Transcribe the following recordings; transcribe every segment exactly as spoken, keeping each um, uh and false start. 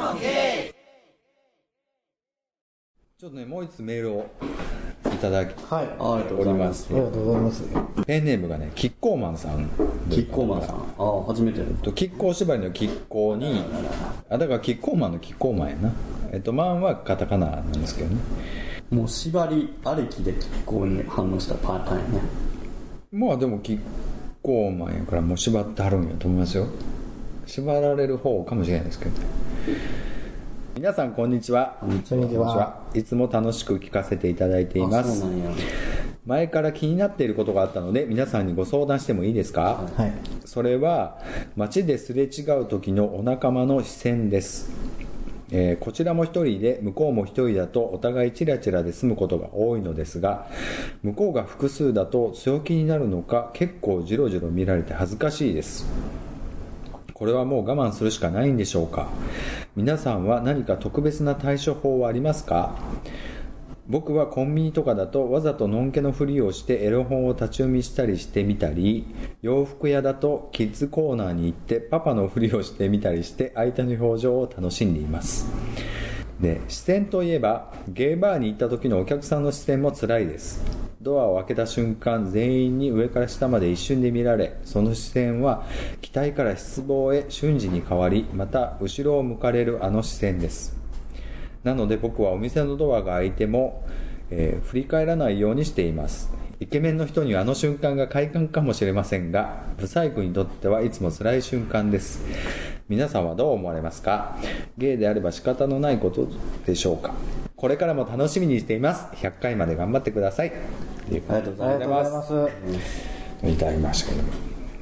ちょっとね、もう一つメールをいただき、 はい、 おります、 ね。ありがとうございます。 ペンネームがね、キッコーマンさん。 キッコーマンさん。ああ、初めて。 キッコー縛りのキッコーに、あ、だからキッコーマンのキッコーマンやな。えっと、マンはカタカナなんですけどね。 もう縛りありきでキッコーに反応したパターンやね。 まあでもキッコーマンやからもう縛ってはるんやと思いますよ。縛られる方かもしれないですけどね。皆さんこんにちは。 こんにちは。 いつも楽しく聞かせていただいています。 そうなんや。 前から気になっていることがあったので皆さんにご相談してもいいですか？ はい。 それは街ですれ違う時のお仲間の視線です。えー、こちらも一人で向こうも一人だとお互いチラチラで済むことが多いのですが、向こうが複数だと強気になるのか結構ジロジロ見られて恥ずかしいです。これはもう我慢するしかないんでしょうか？皆さんは何か特別な対処法はありますか？僕はコンビニとかだとわざとのんけのふりをしてエロ本を立ち読みしたりしてみたり、洋服屋だとキッズコーナーに行ってパパのふりをしてみたりして相手の表情を楽しんでいます。で、視線といえばゲーバーに行った時のお客さんの視線も辛いです。ドアを開けた瞬間全員に上から下まで一瞬で見られ、その視線は期待から失望へ瞬時に変わり、また後ろを向かれるあの視線です。なので僕はお店のドアが開いても、えー、振り返らないようにしています。イケメンの人にはあの瞬間が快感かもしれませんが、ブサイクにとってはいつも辛い瞬間です。皆さんはどう思われますか？ゲイであれば仕方のないことでしょうか？これからも楽しみにしています。ひゃっかいまで頑張ってください。 ありがとうございます。 いただきましたけども。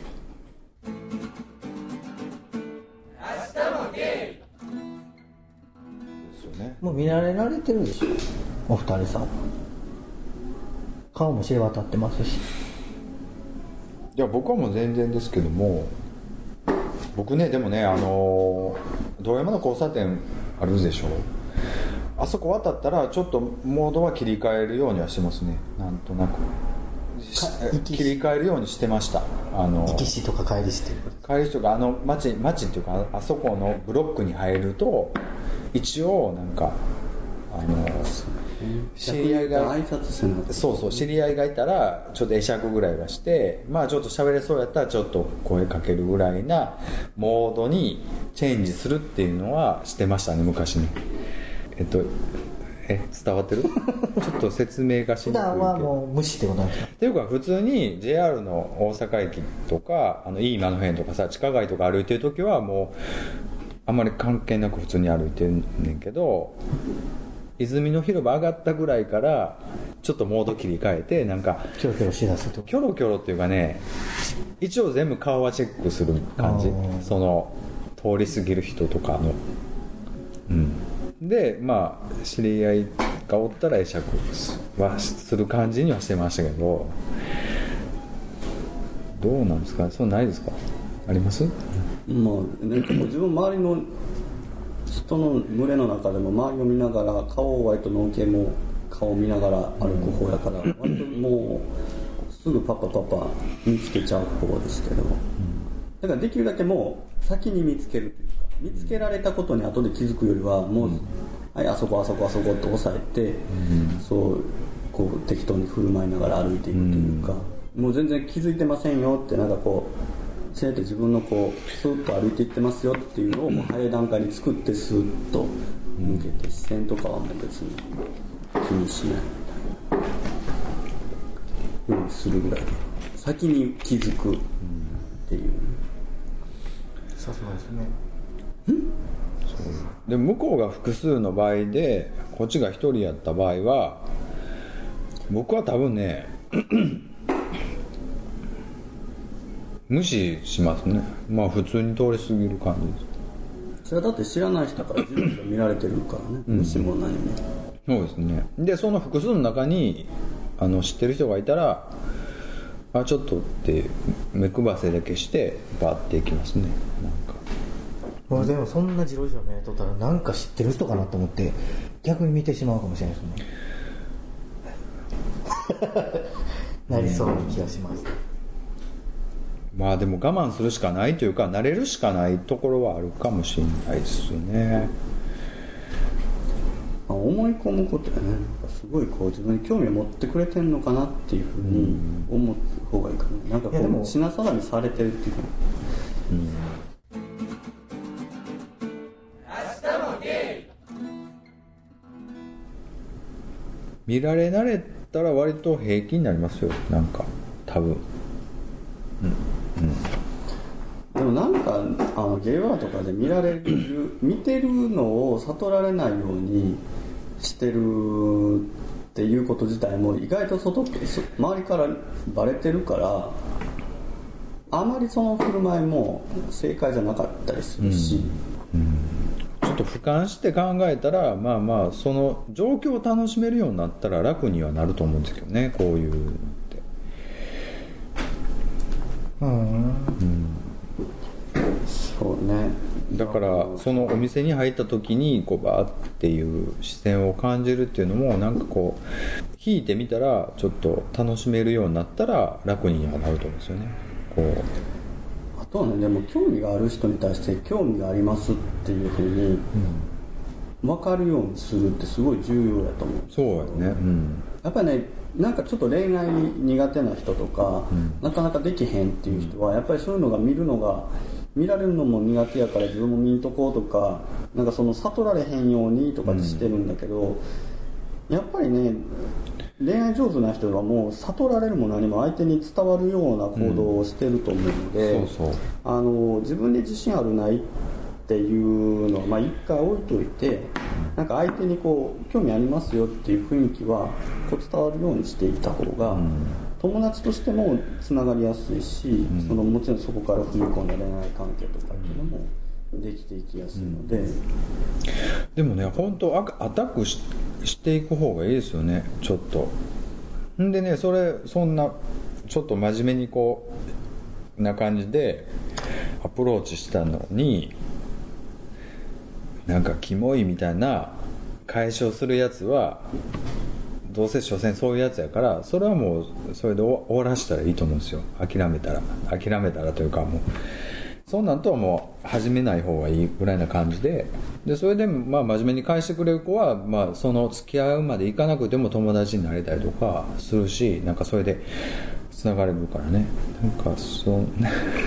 もう見られられてるでしょ、お二人さん。顔も知れ渡ってますし。 いや、僕はもう全然ですけども、僕ね、でもね、あの堂山の交差点あるでしょ、あそこ渡ったらちょっとモードは切り替えるようにはしてますね。なんとなく切り替えるようにしてました。あの行きしとか帰りしっていう帰りしとか、あの街街っていうか、あそこのブロックに入ると一応なんかあの知り合いが挨拶せなくて、 そうそう、知り合いがいたらちょっと会釈ぐらいはして、まあちょっと喋れそうやったらちょっと声かけるぐらいなモードにチェンジするっていうのはしてましたね、昔ね。えっとえ伝わってる？ちょっと説明がしにくいけど。 普段はもう無視ってことなんですか？ っていうか普通に ジェイアール の大阪駅とかあのいい間の辺とかさ、地下街とか歩いてる時はもうあんまり関係なく普通に歩いてるねんけど、泉の広場上がったぐらいからちょっとモード切り替えて、なんかキョロキョロしだすと。 キョロキョロっていうかね、一応全部顔はチェックする感じ。その通り過ぎる人とかの、うんで、まあ知り合いがおったら会釈はする感じにはしてましたけど、どうなんですか？そうないですか？あります？ まあ、なんかこう自分周りの人の群れの中でも周りを見ながら、顔を割とのんけも顔を見ながら歩く方やから、割ともうすぐパパパパ見つけちゃう方ですけど、だからできるだけもう先に見つけるというか、見つけられたことに後で気づくよりはもう、うん、はいあそこあそこあそこって押さえて、うん、そうこう適当に振る舞いながら歩いていくというか、うん、もう全然気づいてませんよって、なんかこうせめて自分のこうスーッと歩いていってますよっていうのをもう早い段階に作ってスーッと向けて、視線とかはもう別に気にしないようにするぐらいで先に気づくっていう、 さすがですね。 そうで、向こうが複数の場合でこっちが一人やった場合は、僕は多分ね無視しますね。まあ普通に通り過ぎる感じです。 それはだって知らない人から自分が見られてるからね、無視も何も。 そうですね。でその複数の中にあの知ってる人がいたら、あちょっとって目配せだけしてバーっていきますね。なんか俺でもそんなジロジロ見られとったらなんか知ってる人かなと思って逆に見てしまうかもしれないですねなりそうな気がします。 まあでも我慢するしかないというか、慣れるしかないところはあるかもしれないですよね。 思い込むことやね。なんかすごいこう自分に興味を持ってくれてるのかなっていうふうに思う方がいいかな。なんかこう品定めされてるっていうか、うん、 見られ慣れたら割と平気になりますよ、なんか多分。うんうん、でもなんかあのゲイバーとかで見られる見てるのを悟られないようにしてるっていうこと自体も意外と外って周りからバレてるから、あまりその振る舞いも正解じゃなかったりするし、うんうん、 ちょっと俯瞰して考えたら、まあまあその状況を楽しめるようになったら楽にはなると思うんですけどね、こういうのって。うん、うん、 そうね。 だからそのお店に入った時にこうバーっていう視線を感じるっていうのも、なんかこう引いてみたらちょっと楽しめるようになったら楽にはなると思うんですよね。こうあとはね、でも興味がある人に対して興味がありますっていうふうに分かるようにするってすごい重要だと思う。 そうやね、うん、 やっぱりね、なんかちょっと恋愛に苦手な人とか、うん、なかなかできへんっていう人はやっぱりそういうのが見るのが見られるのも苦手やから自分も見んとこうとか、なんかその悟られへんようにとかしてるんだけど、うん、やっぱりね、恋愛上手な人はもう悟られるも何も相手に伝わるような行動をしてると思うので、うん、そうそう、あの自分で自信あるないっていうのはまあ一回置いといて、なんか相手にこう興味ありますよっていう雰囲気はこう伝わるようにしていた方が、うん、友達としてもつながりやすいし、うん、そのもちろんそこから踏み込んだ恋愛関係とかっていうのもできていきやすいので、うん、 でもね、本当アタック し, していく方がいいですよね、ちょっと。んでね、それそんなちょっと真面目にこうな感じでアプローチしたのに、なんかキモいみたいな解消するやつはどうせ所詮そういうやつやから、それはもうそれで終わらせたらいいと思うんですよ。諦めたら諦めたらというか、もうそんなんとはもう始めない方がいいぐらいな感じで、でそれでまあ真面目に返してくれる子は、まあその付き合うまでいかなくても友達になれたりとかするし、なんかそれでつながれるからね。なんかそん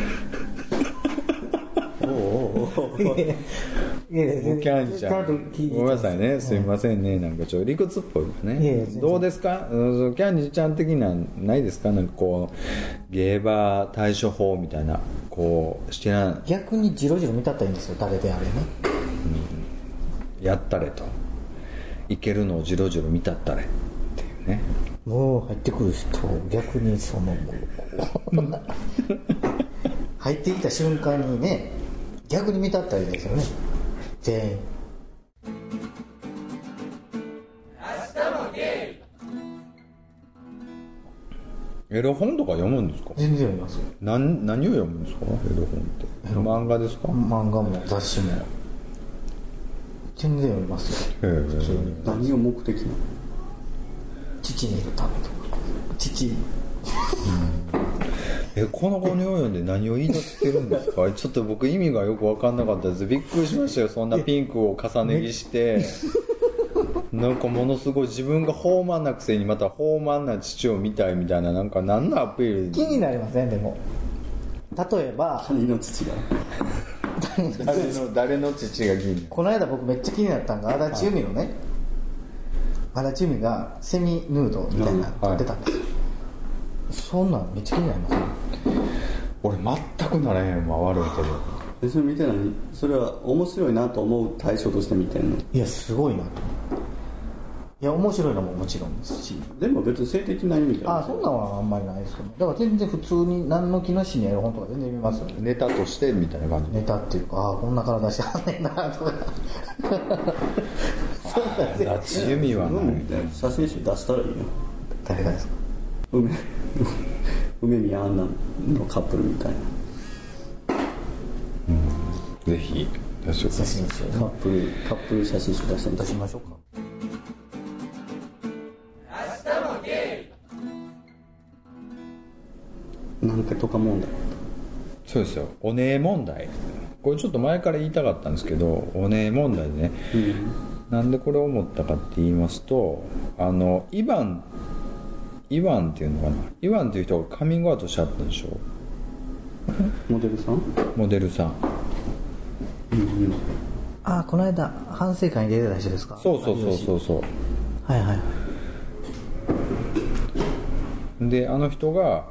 おおおおいやいや、キャンちゃん、ごめんなさいね、すいませんね、なんかちょっと理屈っぽいね。いやいや、どうですか、キャンディちゃん的にはないですか、なんかこうゲーバー対処法みたいな、こうしてな逆にジロジロ見たったらいいんですよ、誰であれね、 うん、やったれと、いけるのをジロジロ見たったれっていうね。 もう入ってくる人逆にその入ってきた瞬間にね、逆に見たったらいいですよね、全員。 エロ本とか読むんですか？ 全然読みますよ。 何、何を読むんですか？エロ本って。漫画ですか？ 漫画も雑誌も全然読みますよ。 へ普通に。何を目的なの？ 父にいるためとか。父に。 え、この後に読んで何を言い出してるんですか？ちょっと僕意味がよく分かんなかったです。びっくりしましたよ。そんなピンクを重ね着してなんかものすごい自分が豊満なくせにまた豊満な父を見たいみたいな、なんか何のアピール。 気になりません？でも例えば他人の父が誰の誰の父が気になる。 この間僕めっちゃ気になったのが足立由美のね、足立由美がセミヌードみたいなの撮ってたんですよ、はい、そんなんめっちゃ気になりますね。 俺全くならへんわ、悪いけど。 別に見てない。それは面白いなと思う対象として見てんの？ いやすごいなと。いや面白いのももちろんですし、 でも別に性的な意味ではあそんなんはあんまりないですけど、だから全然普通に何の気なしにやる本とか全然見ますよね。 ネタとしてみたいな感じ。 ネタっていうか、ああこんな体してはんねんなとかそうなんですよ。足立由美はね、 写真集出したらいいよ。 誰がですか？ 梅梅宮アンナのカップルみたいな、 うん、ぜひ出してください。 カップルカップル写真集出してみ出しましょうか。 なんかとか問題。 そうですよ、おねえ問題。これちょっと前から言いたかったんですけど、おねえ問題でね、うん、 なんでこれを思ったかって言いますと、あのイバンイワンっていうのかな、イワンっていう人がカミングアウトしちゃったでしょ。 モデルさんモデルさん、 うんうん、 ああこの間反省会に出てた人ですか。 そうそうそうそうそう、 はいはい。 であの人が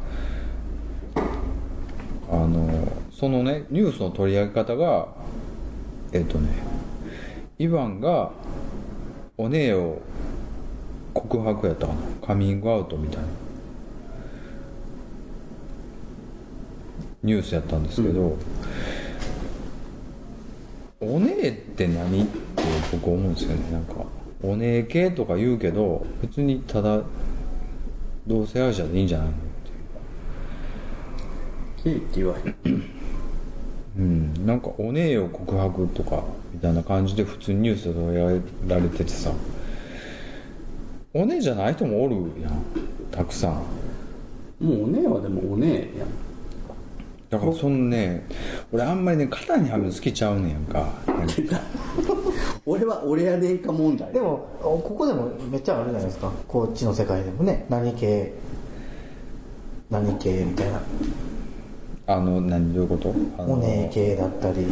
あのそのねニュースの取り上げ方がえっとねイワンがお姉を告白やったかな、カミングアウトみたいなニュースやったんですけど、うん、お姉って何って僕思うんですよね。なんかお姉系とか言うけど別にただ同性愛者でいいんじゃないのっていう。ゲイって言わへんうん、なんかお姉を告白とかみたいな感じで普通にニュースで取り上げられててさ、お姉じゃない人もおるやん、たくさん。 もうお姉はでもお姉やん。 だからそのね、俺あんまりね肩にはめるの好きちゃうねんやんか俺は俺やねんか問題。 でもここでもめっちゃあるじゃないですか、こっちの世界でもね、何系何系みたいな、 あの何どういうこと、あのお姉系だったり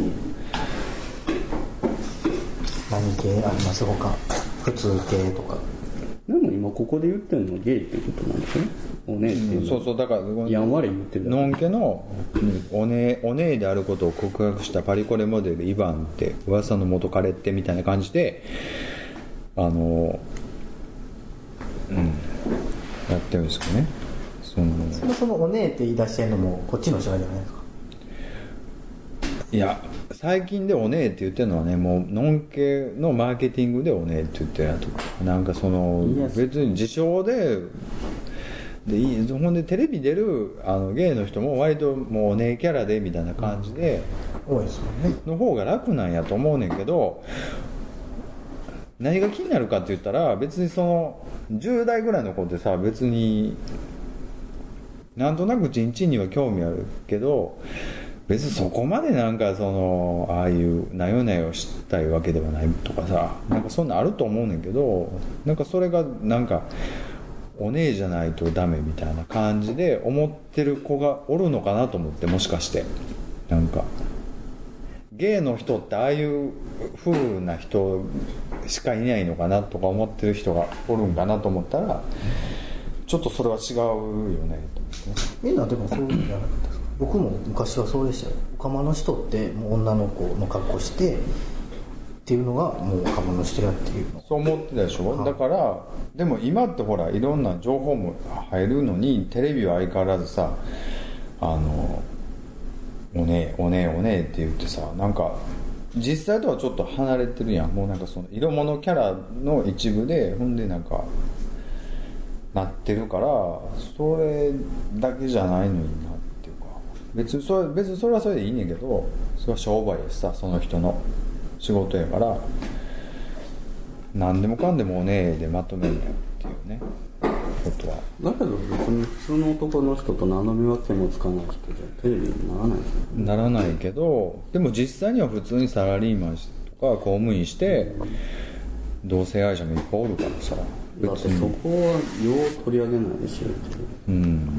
何系ありますほか、普通系とか。 でも今ここで言ってるのはゲイってことなんですね。お姉っていうの、 そうそう、だからやんわり言ってるのんけのお姉お姉であることを告白したパリコレモデルイヴァンって噂の元彼ってみたいな感じであのうんやってるんですけどね。そのそもそもお姉って言い出してるのもこっちの人じゃないですか。 いや最近でお姉って言ってるのはね、もうのんけのマーケティングでお姉って言ってるやとか、なんかその別に自称ででいい、ほんでテレビ出るあのゲイの人も割ともうお姉キャラでみたいな感じで、 うん、多いですもんね。 の方が楽なんやと思うねんけど、何が気になるかって言ったら別にそのじゅう代ぐらいの子ってさ、別になんとなくチンチンには興味あるけど別にそこまでなんかそのああいうなよなよしたいわけではないとかさ、なんかそんなあると思うねんけど、なんかそれがなんかお姉じゃないとダメみたいな感じで思ってる子がおるのかなと思って、もしかしてなんかゲイの人ってああいう風な人しかいないのかなとか思ってる人がおるんかなと思ったら、ちょっとそれは違うよねと思ってね。 みんなでもそうじゃなかったですか。僕も昔はそうでしたよ。オカマの人ってもう女の子の格好してっていうのがもうオカマの人やっていうの、 そう思ってたでしょ、はい、だからでも今ってほらいろんな情報も入るのにテレビは相変わらずさ、あのおねえおねえおねえって言ってさ、なんか実際とはちょっと離れてるやん。もうなんかその色物キャラの一部でほんでなんかなってるから、それだけじゃないのになっていうか、別にそれ別にそれはそれでいいねんけど、それは商売やしさ、その人の仕事やから何でもかんでもおねえでまとめるんやっていうねことは。 だけど別に普通の男の人と何の見分けもつかない人じゃテレビにならないですよね。 ならないけど、でも実際には普通にサラリーマンとか公務員して同性愛者もいっぱいおるからさ、 だってそこはよう取り上げないでしょ。 うん。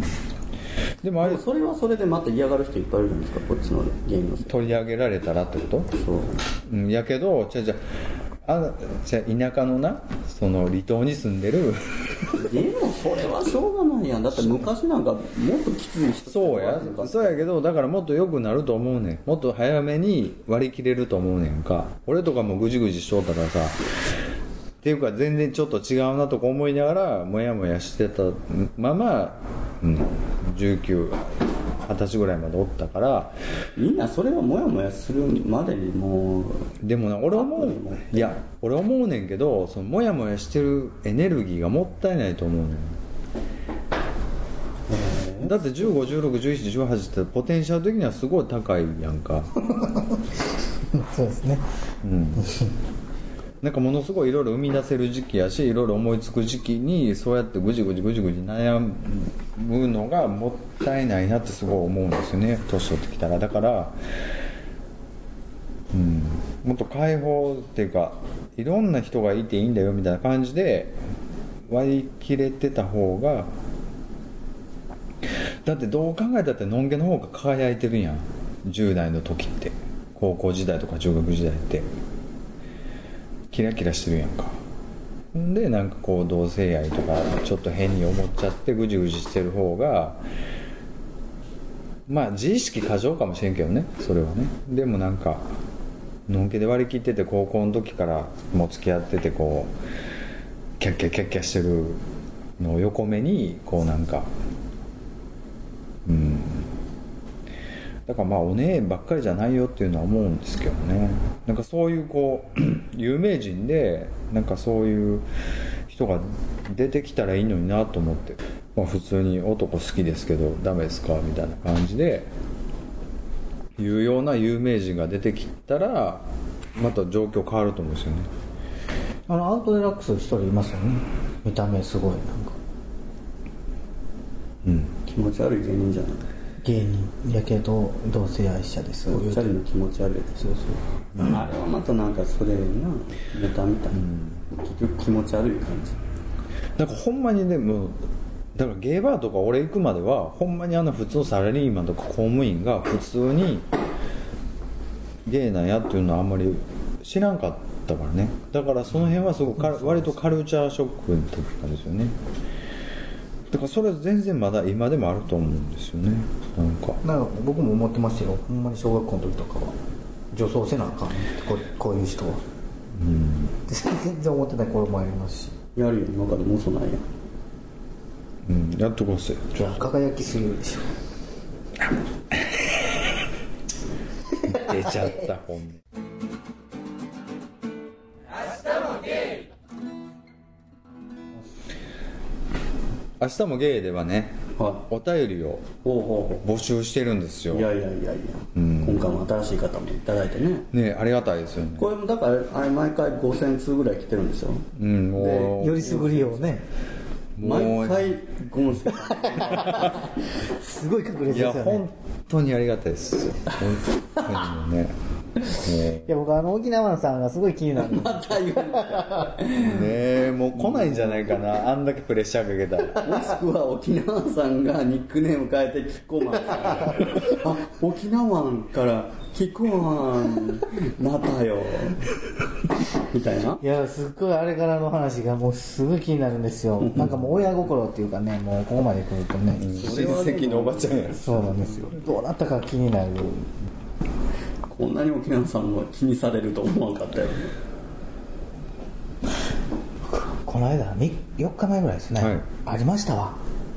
でもあれそれはそれでまた嫌がる人いっぱいいるじゃないですか、こっちのゲームの世界。 取り上げられたらってこと？ そう。 うん、やけど、じゃじゃあじゃ田舎のな、その離島に住んでるでもそれはしょうがないやん。だって昔なんかもっときつい人そうやそうやけど、だからもっと良くなると思うねん。もっと早めに割り切れると思うねんか。俺とかもぐじぐじしとったからさ、っていうか全然ちょっと違うなとか思いながらモヤモヤしてたまま、うん、じゅうきゅう、はたちぐらいまでおったから。 みんなそれをモヤモヤするまでにもう。 でもな、俺思ういや俺思うねんけど、そのモヤモヤしてるエネルギーがもったいないと思うねん。だってじゅうご、じゅうろく、じゅうなな、じゅうはちってポテンシャル的にはすごい高いやんかそうですね。 うんなんかものすごいいろいろ生み出せる時期やし、いろいろ思いつく時期にそうやってぐじぐじぐじぐじ悩むのがもったいないなってすごい思うんですよね、年取ってきたら。だから、うん、 もっと開放っていうかいろんな人がいていいんだよみたいな感じで割り切れてた方が、だってどう考えたってのんけの方が輝いてるやん。じゅう代の時って高校時代とか中学時代ってキラキラしてるやんか。んでなんかこう同性愛とかちょっと変に思っちゃってぐじぐじしてる方が、まあ自意識過剰かもしれんけどね、それはね。でもなんかのんけで割り切ってて、高校の時からもう付き合っててこうキャッキャキャッキャしてるのを横目にこうなんかうん、だからまあお姉ばっかりじゃないよっていうのは思うんですけどね。なんかそういうこう有名人でなんかそういう人が出てきたらいいのになと思って、まあ、普通に男好きですけどダメですかみたいな感じで言うような有名人が出てきたらまた状況変わると思うんですよね。 あのアウトデラックス一人いますよね。見た目すごいなんか、 うん、 気持ち悪い芸人じゃない。 芸人やけど同性愛者です。 お二人の気持ち悪いです。そうそう、うん、あれはまたなんかそれなネタみたいな、うん、結局気持ち悪い感じ。 なんかほんまにね、もうだからゲイバーとか俺行くまではほんまにあの普通のサラリーマンとか公務員が普通にゲイなんやっていうのはあんまり知らんかったからね。だからその辺はすごくか割とカルチャーショックだったんですよね。だからそれは全然まだ今でもあると思うんですよね。なんかなんか僕も思ってましたよ。ほんまに小学校の時とかは女装せなあかんこう、こういう人は、うん、全然思ってない頃もありますし。 やるよ今からもうそないやん。 うん、やっとこうせ。 いや輝きすぎるでしょ。 出ちゃった本音。明日もゲイではね、はい、お便りを募集してるんですよ。 いやいやいやいや、うん、今回も新しい方もいただいてね。 ね、ありがたいですよね。 これもだからあれ毎回ごせん通ぐらい来てるんですよ。 うん、もうよりすぐりをね。 毎回ごめんなさい。すごい確率ですよね。 いや本当にありがたいですよ。本当にね。 ね、いや僕あの沖縄さんがすごい気になる。 また言うねえもう来ないんじゃないかな、あんだけプレッシャーかけたら。 もしくは沖縄さんがニックネーム変えてキッコーマンさんあ沖縄からキッコーマンなったよみたいな。 いやすっごいあれからの話がもうすごい気になるんですよ。なんかもう親心っていうかね、もうここまで来るとね、親戚のおばちゃんや。 そうなんですよ。どうなったか気になる。 こんなに沖縄さんも気にされると思わなかったよね。 この間よっかまえぐらいですね、はい、ありましたわ。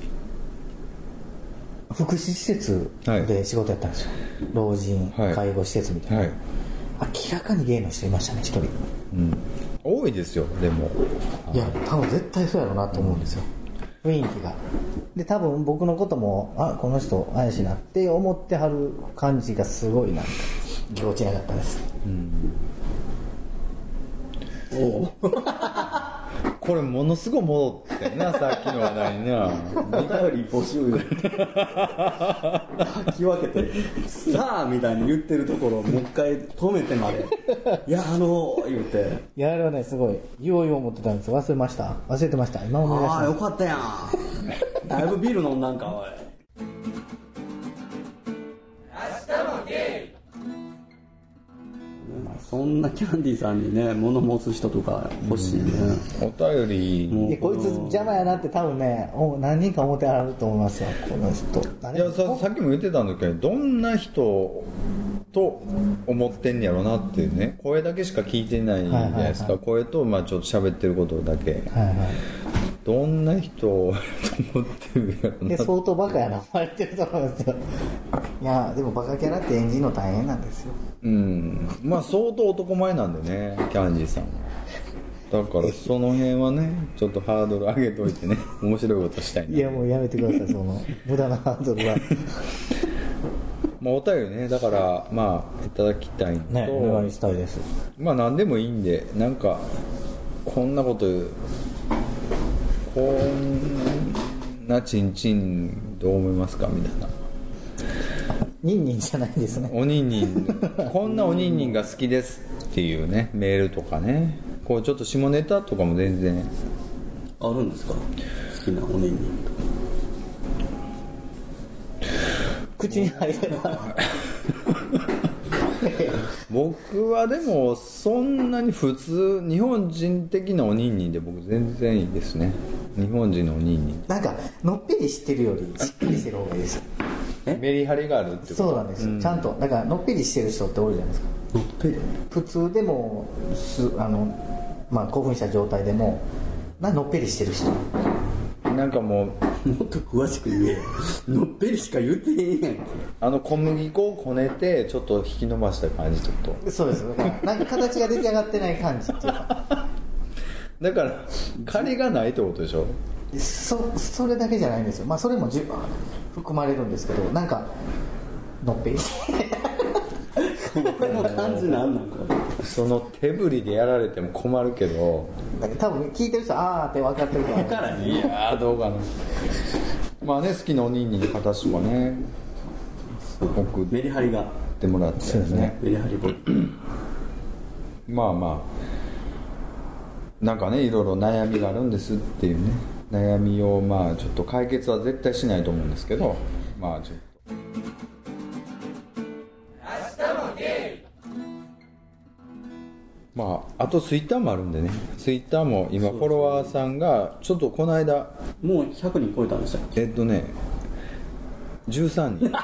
福祉施設で仕事やったんですよ、はい、老人介護施設みたいな、はい、明らかにゲイの人いましたね一人、 うん、多いですよ。でもいや多分絶対そうやろうなと思うんですよ、うん、雰囲気が。で多分僕のこともあこの人怪しいなって思ってはる感じがすごいなんかぎこちなかったです、うん、 おこれものすごい戻ってんなさっきの話題にな。 お便り募集書き分けてさあみたいに言ってるところをもう一回止めてまでいやあの言うて、 いやあれはねすごい言おう言おう思ってたんです。忘れました忘れてました。今思い出した。 ああよかったやんだいぶビール飲んだんかおい。そんなキャンディーさんにね物申す人とか欲しいね、 うん、お便りもうこいつ邪魔やなって多分ね何人か思ってはると思いますよこの人。 いや さ, さっきも言ってたんだけど、どんな人と思ってんやろなっていうね、声だけしか聞いてないじゃないですか、はいはいはい、声とまあちょっと喋ってることだけ、はいはい、どんな人と思ってるやろな。 相当バカやな思われてると思うんですよ。いやでもバカキャラって演じるの大変なんですよ。 うんまあ相当男前なんでねキャンディーさんだからその辺はねちょっとハードル上げといてね面白いことしたいな。 いやもうやめてくださいその無駄なハードルはまあお便りねだからまあいただきたいのと、 ね、お願いしたいです。 まあ何でもいいんでなんかこんなことこんなチンチンどう思いますかみたいなニンニンじゃないですね。 おにんにんこんなおにんにんが好きですっていうねメールとかね、こうちょっと下ネタとかも全然あるんですか、好きなおにんにんとか。 口に入れば僕はでもそんなに普通日本人的なおにんにんで僕全然いいですね。日本人のおにんにんなんかのっぺりしてるよりしっかりしてる方がいいですよ。 メリハリがあるってこと。 そうなんですよ、うん、ちゃんとだからのっぺりしてる人っておるじゃないですか。 のっぺり普通でもすあの、まあ、興奮した状態でもなのっぺりしてる人なんかもうもっと詳しく言えのっぺりしか言ってへんやんけ。 あの小麦粉をこねてちょっと引き伸ばした感じちょっとそうですよ、ね、なんか形が出来上がってない感じっていうかだから借りがないってことでしょ。 そ, それだけじゃないんですよ。まあそれもじゅ含まれるんですけど、なんかのっぺりこれの感じなんなんかその手振りでやられても困るけど、 なんか多分聞いてる人あーって分かってるから、 分からへんいやーどうかな。まあね、好きなおにんにんの形とかね送っメリハリがてもらってそうですね、 メリハリボまあまあなんかねいろいろ悩みがあるんですっていうね、悩みをまあちょっと解決は絶対しないと思うんですけど、まあちょっとまああとツイッターもあるんでね、ツイッターも今フォロワーさんがちょっとこの間もうひゃくにん超えたんでしたっけ。 えっとねじゅうさんにん、うん、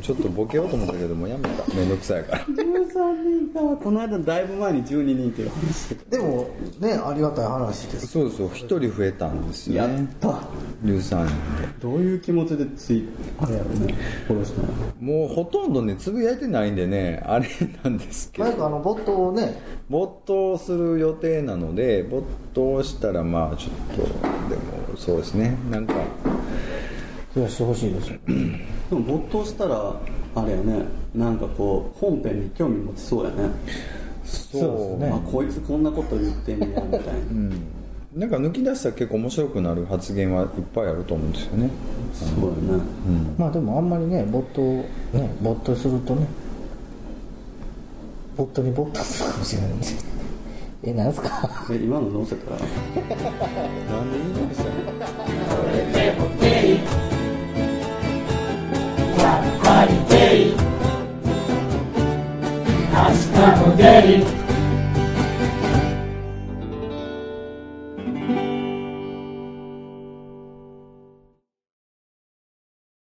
ちょっとボケようと思ったけどもやめた、めんどくさいからじゅうさんにんか。この間だいぶ前にじゅうににんっていう話でもねありがたい話です。 そうですよ、ひとり増えたんですよね。 やったじゅうさんにんでどういう気持ちでツイあれやろねフォローしたの。 もうほとんどねつぶやいてないんでねあれなんですけど、 なんかあの没頭をね没頭する予定なので、没頭したらまあちょっとでもそうですね、なんか増やしてほしいですよでも没頭したらあれやね、なんかこう本編に興味持ちそうやね。 そうそうですねあこいつこんなこと言ってんねやみたいな、 うんなんか抜き出したら結構面白くなる発言はいっぱいあると思うんですよね。 そうやね、 うんまあでもあんまりね没頭ね没頭するとね没頭に没頭するかもしれないんでえなんすかえ今の載せたらなんで言いましたやっぱりゲイ明日もゲイ